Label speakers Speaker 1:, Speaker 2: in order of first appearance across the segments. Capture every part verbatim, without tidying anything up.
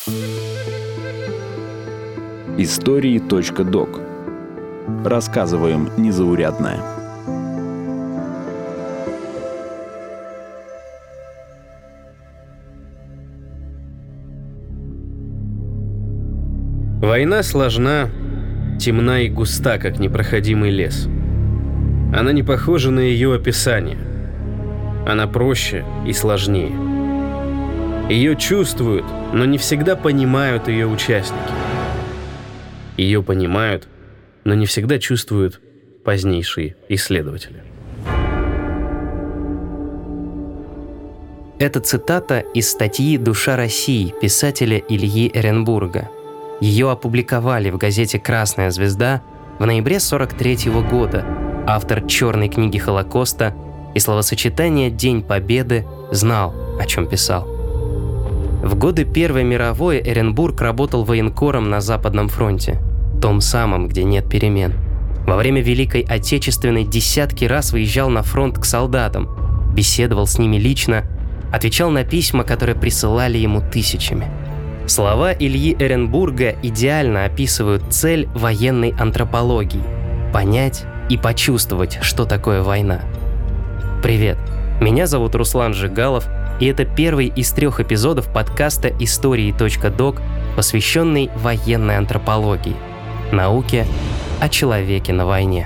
Speaker 1: истории точка док. Рассказываем незаурядное.
Speaker 2: Война сложна, темна и густа, как непроходимый лес. Она не похожа на ее описание. Она проще и сложнее. Ее чувствуют, но не всегда понимают ее участники. Ее понимают, но не всегда чувствуют позднейшие исследователи.
Speaker 3: Это цитата из статьи «Душа России» писателя Ильи Эренбурга. Ее опубликовали в газете «Красная звезда» в ноябре сорок третьего года. Автор «Черной книги Холокоста» и словосочетания «День Победы» знал, о чем писал. В годы Первой мировой Эренбург работал военкором на Западном фронте, том самом, где нет перемен. Во время Великой Отечественной десятки раз выезжал на фронт к солдатам, беседовал с ними лично, отвечал на письма, которые присылали ему тысячами. Слова Ильи Эренбурга идеально описывают цель военной антропологии – понять и почувствовать, что такое война. Привет, меня зовут Руслан Жигалов, и это первый из трех эпизодов подкаста истории точка док, посвященный военной антропологии – науке о человеке на войне.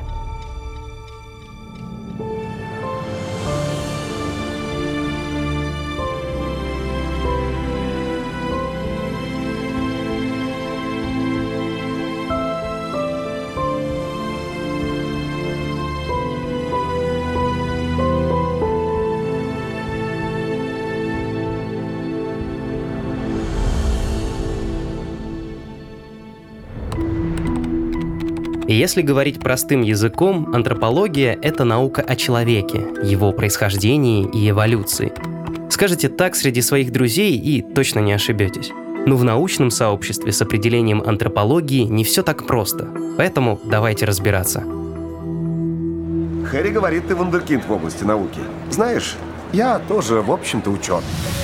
Speaker 3: Если говорить простым языком, антропология — это наука о человеке, его происхождении и эволюции. Скажете так среди своих друзей и точно не ошибетесь. Но в научном сообществе с определением антропологии не все так просто, поэтому давайте разбираться.
Speaker 4: Хэри говорит, ты вундеркинд в области науки. Знаешь, я тоже, в общем-то, ученый.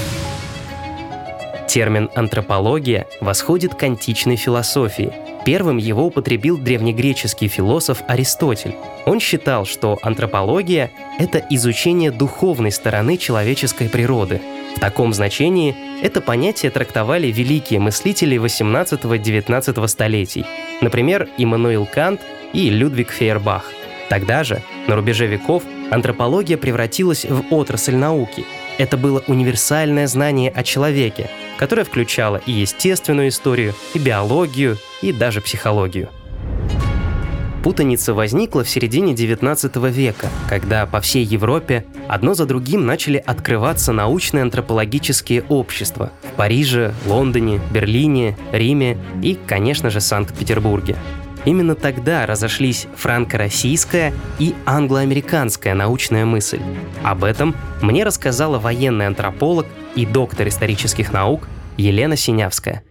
Speaker 3: Термин «антропология» восходит к античной философии. Первым его употребил древнегреческий философ Аристотель. Он считал, что антропология — это изучение духовной стороны человеческой природы. В таком значении это понятие трактовали великие мыслители восемнадцатого-девятнадцатого столетий, например, Иммануил Кант и Людвиг Фейербах. Тогда же, на рубеже веков, антропология превратилась в отрасль науки. Это было универсальное знание о человеке, которое включало и естественную историю, и биологию, и даже психологию. Путаница возникла в середине девятнадцатого века, когда по всей Европе одно за другим начали открываться научные антропологические общества в Париже, Лондоне, Берлине, Риме и, конечно же, Санкт-Петербурге. Именно тогда разошлись франко-российская и англо-американская научная мысль. Об этом мне рассказала военный антрополог и доктор исторических наук Елена Синявская.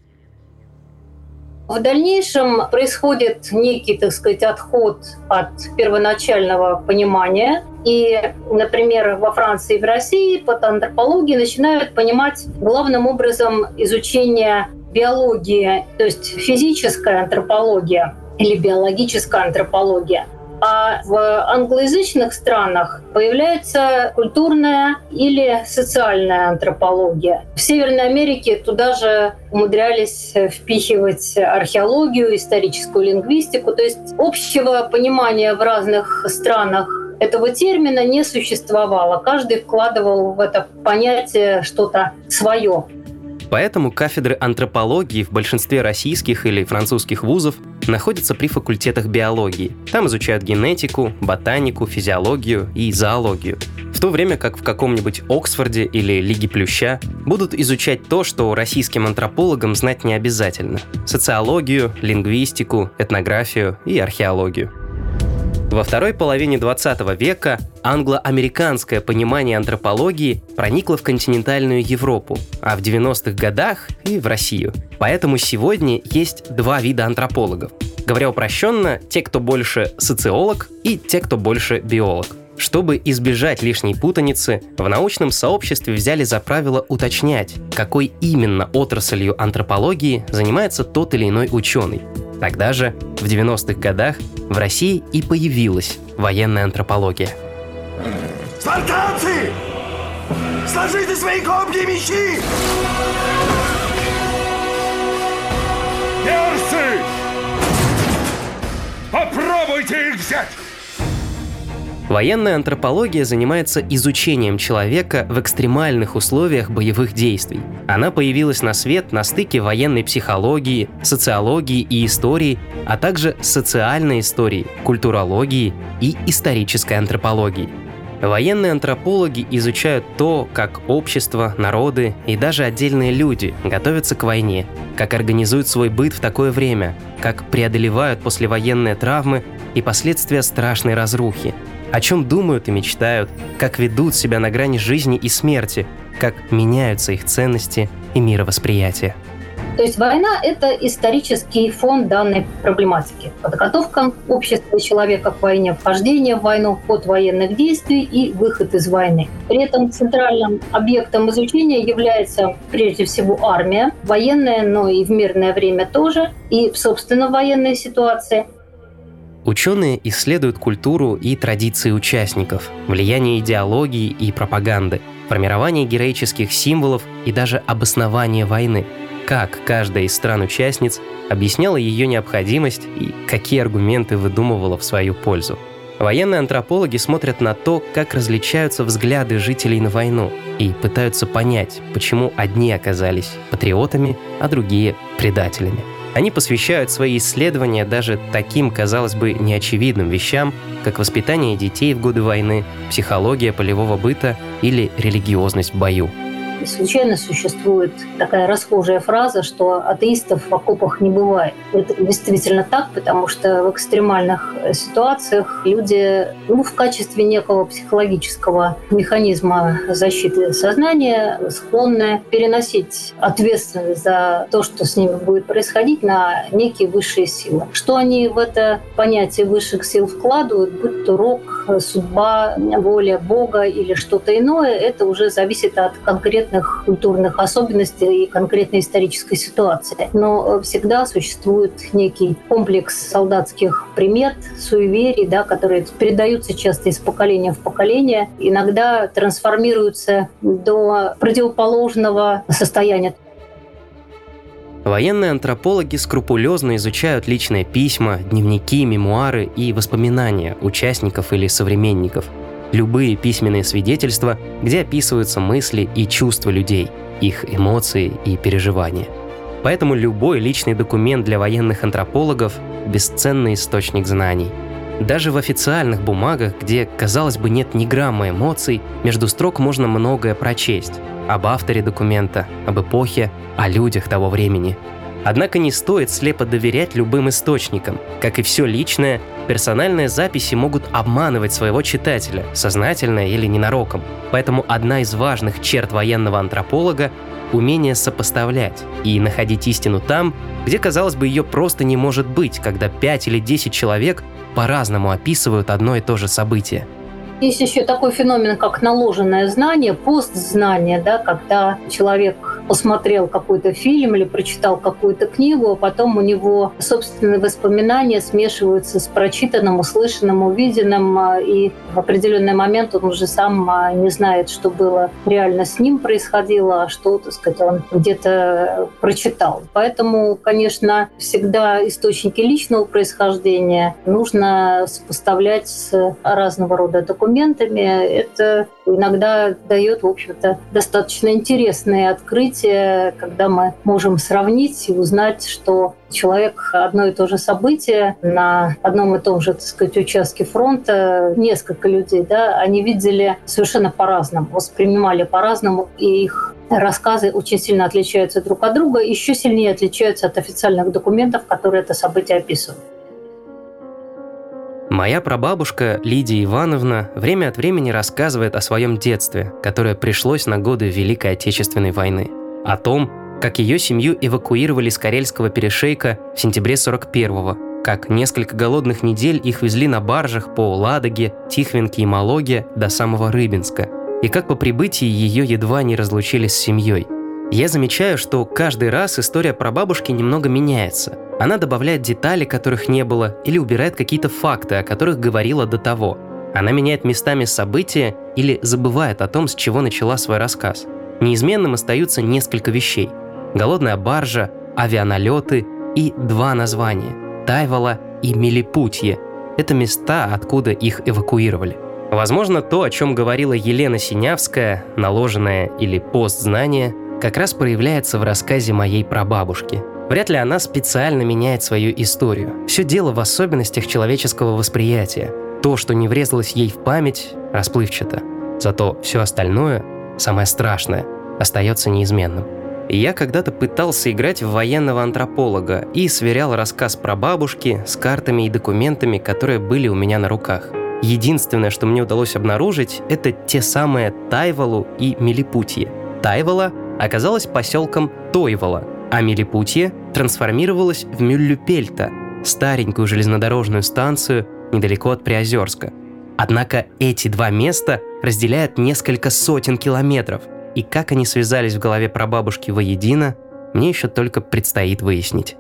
Speaker 5: В дальнейшем происходит некий, так сказать, отход от первоначального понимания. И, например, во Франции и в России под антропологией начинают понимать главным образом изучение биологии, то есть физическая антропология или биологическая антропология. А в англоязычных странах появляется культурная или социальная антропология. В Северной Америке туда же умудрялись впихивать археологию, историческую лингвистику. То есть общего понимания в разных странах этого термина не существовало. Каждый вкладывал в это понятие что-то свое.
Speaker 3: Поэтому кафедры антропологии в большинстве российских или французских вузов находятся при факультетах биологии. Там изучают генетику, ботанику, физиологию и зоологию. В то время как в каком-нибудь Оксфорде или Лиге Плюща будут изучать то, что российским антропологам знать не обязательно. Социологию, лингвистику, этнографию и археологию. Во второй половине двадцатого века англо-американское понимание антропологии проникло в континентальную Европу, а в девяностых годах и в Россию. Поэтому сегодня есть два вида антропологов. Говоря упрощенно, те, кто больше социолог, и те, кто больше биолог. Чтобы избежать лишней путаницы, в научном сообществе взяли за правило уточнять, какой именно отраслью антропологии занимается тот или иной ученый. Тогда же, в девяностых годах, в России и появилась военная антропология.
Speaker 6: Спартанцы! Сложите свои копья и мечи!
Speaker 7: Персы! Попробуйте их взять!
Speaker 3: Военная антропология занимается изучением человека в экстремальных условиях боевых действий. Она появилась на свет на стыке военной психологии, социологии и истории, а также социальной истории, культурологии и исторической антропологии. Военные антропологи изучают то, как общество, народы и даже отдельные люди готовятся к войне, как организуют свой быт в такое время, как преодолевают послевоенные травмы и последствия страшной разрухи, о чем думают и мечтают, как ведут себя на грани жизни и смерти, как меняются их ценности и мировосприятие.
Speaker 5: То есть война – это исторический фон данной проблематики. Подготовка общества и человека к войне, вхождение в войну, ход военных действий и выход из войны. При этом центральным объектом изучения является прежде всего армия, военная, но и в мирное время тоже, и, собственно, в военной ситуации.
Speaker 3: Ученые исследуют культуру и традиции участников, влияние идеологии и пропаганды, формирование героических символов и даже обоснование войны. Как каждая из стран-участниц объясняла ее необходимость и какие аргументы выдумывала в свою пользу. Военные антропологи смотрят на то, как различаются взгляды жителей на войну и пытаются понять, почему одни оказались патриотами, а другие – предателями. Они посвящают свои исследования даже таким, казалось бы, неочевидным вещам, как воспитание детей в годы войны, психология полевого быта или религиозность в бою.
Speaker 5: Не случайно существует такая расхожая фраза, что атеистов в окопах не бывает. Это действительно так, потому что в экстремальных ситуациях люди, ну, в качестве некого психологического механизма защиты сознания склонны переносить ответственность за то, что с ними будет происходить, на некие высшие силы. Что они в это понятие высших сил вкладывают, будь то рок, судьба, воля Бога или что-то иное, это уже зависит от конкретных культурных особенностей и конкретной исторической ситуации. Но всегда существует некий комплекс солдатских примет, суеверий, да, которые передаются часто из поколения в поколение, иногда трансформируются до противоположного состояния.
Speaker 3: Военные антропологи скрупулезно изучают личные письма, дневники, мемуары и воспоминания участников или современников. Любые письменные свидетельства, где описываются мысли и чувства людей, их эмоции и переживания. Поэтому любой личный документ для военных антропологов – бесценный источник знаний. Даже в официальных бумагах, где, казалось бы, нет ни грамма эмоций, между строк можно многое прочесть об авторе документа, об эпохе, о людях того времени. Однако не стоит слепо доверять любым источникам. Как и все личное, персональные записи могут обманывать своего читателя, сознательно или ненароком. Поэтому одна из важных черт военного антрополога – умение сопоставлять и находить истину там, где, казалось бы, ее просто не может быть, когда пять или десять человек по-разному описывают одно и то же событие.
Speaker 5: Есть еще такой феномен, как наложенное знание, постзнание, да, когда человек посмотрел какой-то фильм или прочитал какую-то книгу, а потом у него собственные воспоминания смешиваются с прочитанным, услышанным, увиденным, и в определенный момент он уже сам не знает, что было реально с ним происходило, а что, так сказать, он где-то прочитал. Поэтому, конечно, всегда источники личного происхождения нужно сопоставлять с разного рода документами. Это иногда дает, в общем-то, достаточно интересные открытия, когда мы можем сравнить и узнать, что человек одно и то же событие на одном и том же, так сказать, участке фронта, несколько людей, да, они видели совершенно по-разному, воспринимали по-разному, и их рассказы очень сильно отличаются друг от друга, еще сильнее отличаются от официальных документов, которые это событие описывают.
Speaker 3: Моя прабабушка Лидия Ивановна время от времени рассказывает о своем детстве, которое пришлось на годы Великой Отечественной войны. О том, как ее семью эвакуировали с Карельского перешейка в сентябре сорок первого, как несколько голодных недель их везли на баржах по Ладоге, Тихвинке и Малоге до самого Рыбинска, и как по прибытии ее едва не разлучили с семьей. Я замечаю, что каждый раз история прабабушки немного меняется. Она добавляет детали, которых не было, или убирает какие-то факты, о которых говорила до того. Она меняет местами события или забывает о том, с чего начала свой рассказ. Неизменным остаются несколько вещей. Голодная баржа, авианалеты и два названия – Тайвала и Милипутье. Это места, откуда их эвакуировали. Возможно, то, о чем говорила Елена Синявская, наложенное или постзнание, как раз проявляется в рассказе моей прабабушки. Вряд ли она специально меняет свою историю. Все дело в особенностях человеческого восприятия. То, что не врезалось ей в память, расплывчато. Зато все остальное, самое страшное, остается неизменным. Я когда-то пытался играть в военного антрополога и сверял рассказ прабабушки с картами и документами, которые были у меня на руках. Единственное, что мне удалось обнаружить, это те самые Тайвалу и Милипутье. Тайвала оказалась поселком Тойвала, а Милипутье трансформировалась в Мюллюпельта, старенькую железнодорожную станцию недалеко от Приозерска. Однако эти два места разделяют несколько сотен километров, и как они связались в голове прабабушки воедино, мне еще только предстоит выяснить.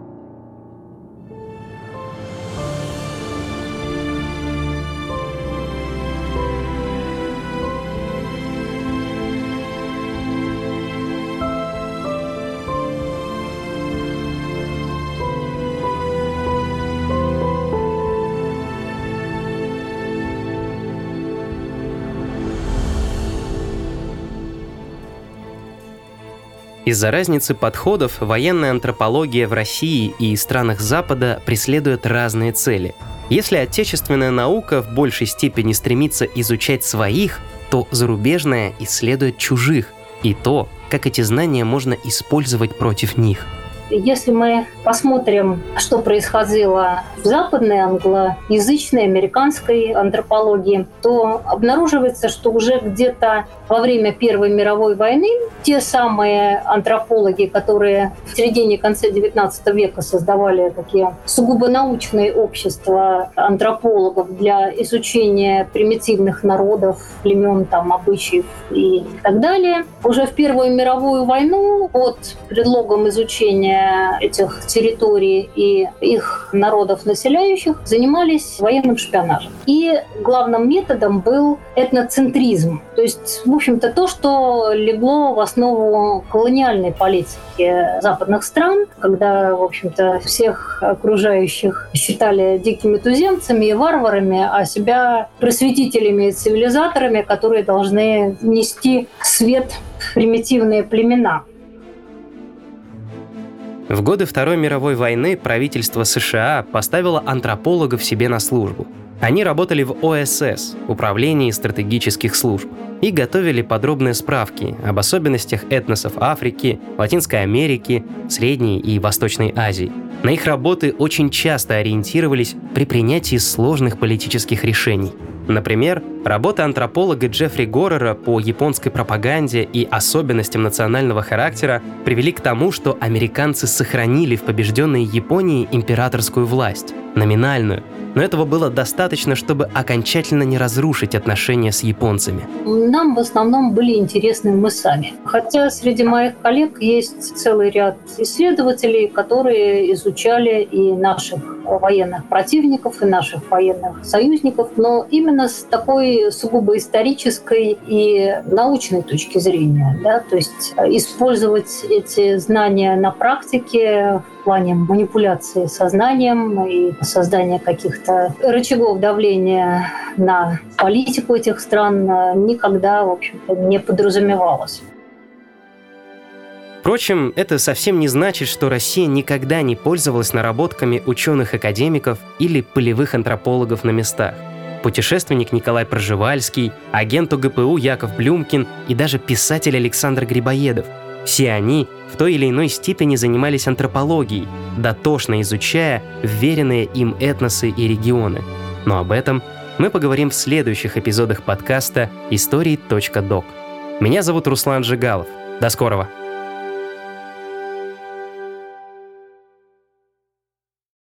Speaker 3: Из-за разницы подходов военная антропология в России и странах Запада преследует разные цели. Если отечественная наука в большей степени стремится изучать своих, то зарубежная исследует чужих, и то, как эти знания можно использовать против них.
Speaker 5: Если мы посмотрим, что происходило в западной англоязычной, американской антропологии, то обнаруживается, что уже где-то во время Первой мировой войны те самые антропологи, которые в середине и конце девятнадцатого века создавали такие сугубо научные общества антропологов для изучения примитивных народов, племен, там, обычаев и так далее, уже в Первую мировую войну под предлогом изучения этих территорий и их народов, населяющих, занимались военным шпионажем. И главным методом был этноцентризм. То есть, в общем-то, то, что легло в основу колониальной политики западных стран, когда, в общем-то, всех окружающих считали дикими туземцами и варварами, а себя просветителями и цивилизаторами, которые должны нести свет в примитивные племена.
Speaker 3: В годы Второй мировой войны правительство США поставило антропологов себе на службу. Они работали в О Эс Эс, Управлении стратегических служб, и готовили подробные справки об особенностях этносов Африки, Латинской Америки, Средней и Восточной Азии. На их работы очень часто ориентировались при принятии сложных политических решений. Например, работа антрополога Джеффри Горера по японской пропаганде и особенностям национального характера привели к тому, что американцы сохранили в побежденной Японии императорскую власть, номинальную, но этого было достаточно, чтобы окончательно не разрушить отношения с японцами.
Speaker 5: Нам в основном были интересны мы сами. Хотя среди моих коллег есть целый ряд исследователей, которые изучали и наших военных противников, и наших военных союзников, но именно с такой сугубо исторической и научной точки зрения. Да? То есть использовать эти знания на практике в плане манипуляции сознанием и создания каких-то рычагов давления на политику этих стран никогда, в общем-то, не подразумевалось.
Speaker 3: Впрочем, это совсем не значит, что Россия никогда не пользовалась наработками ученых-академиков или полевых антропологов на местах. Путешественник Николай Пржевальский, агент О Гэ Пэ У Яков Блюмкин и даже писатель Александр Грибоедов – все они в той или иной степени занимались антропологией, дотошно изучая вверенные им этносы и регионы. Но об этом мы поговорим в следующих эпизодах подкаста «Истории точка док». Меня зовут Руслан Жигалов. До скорого!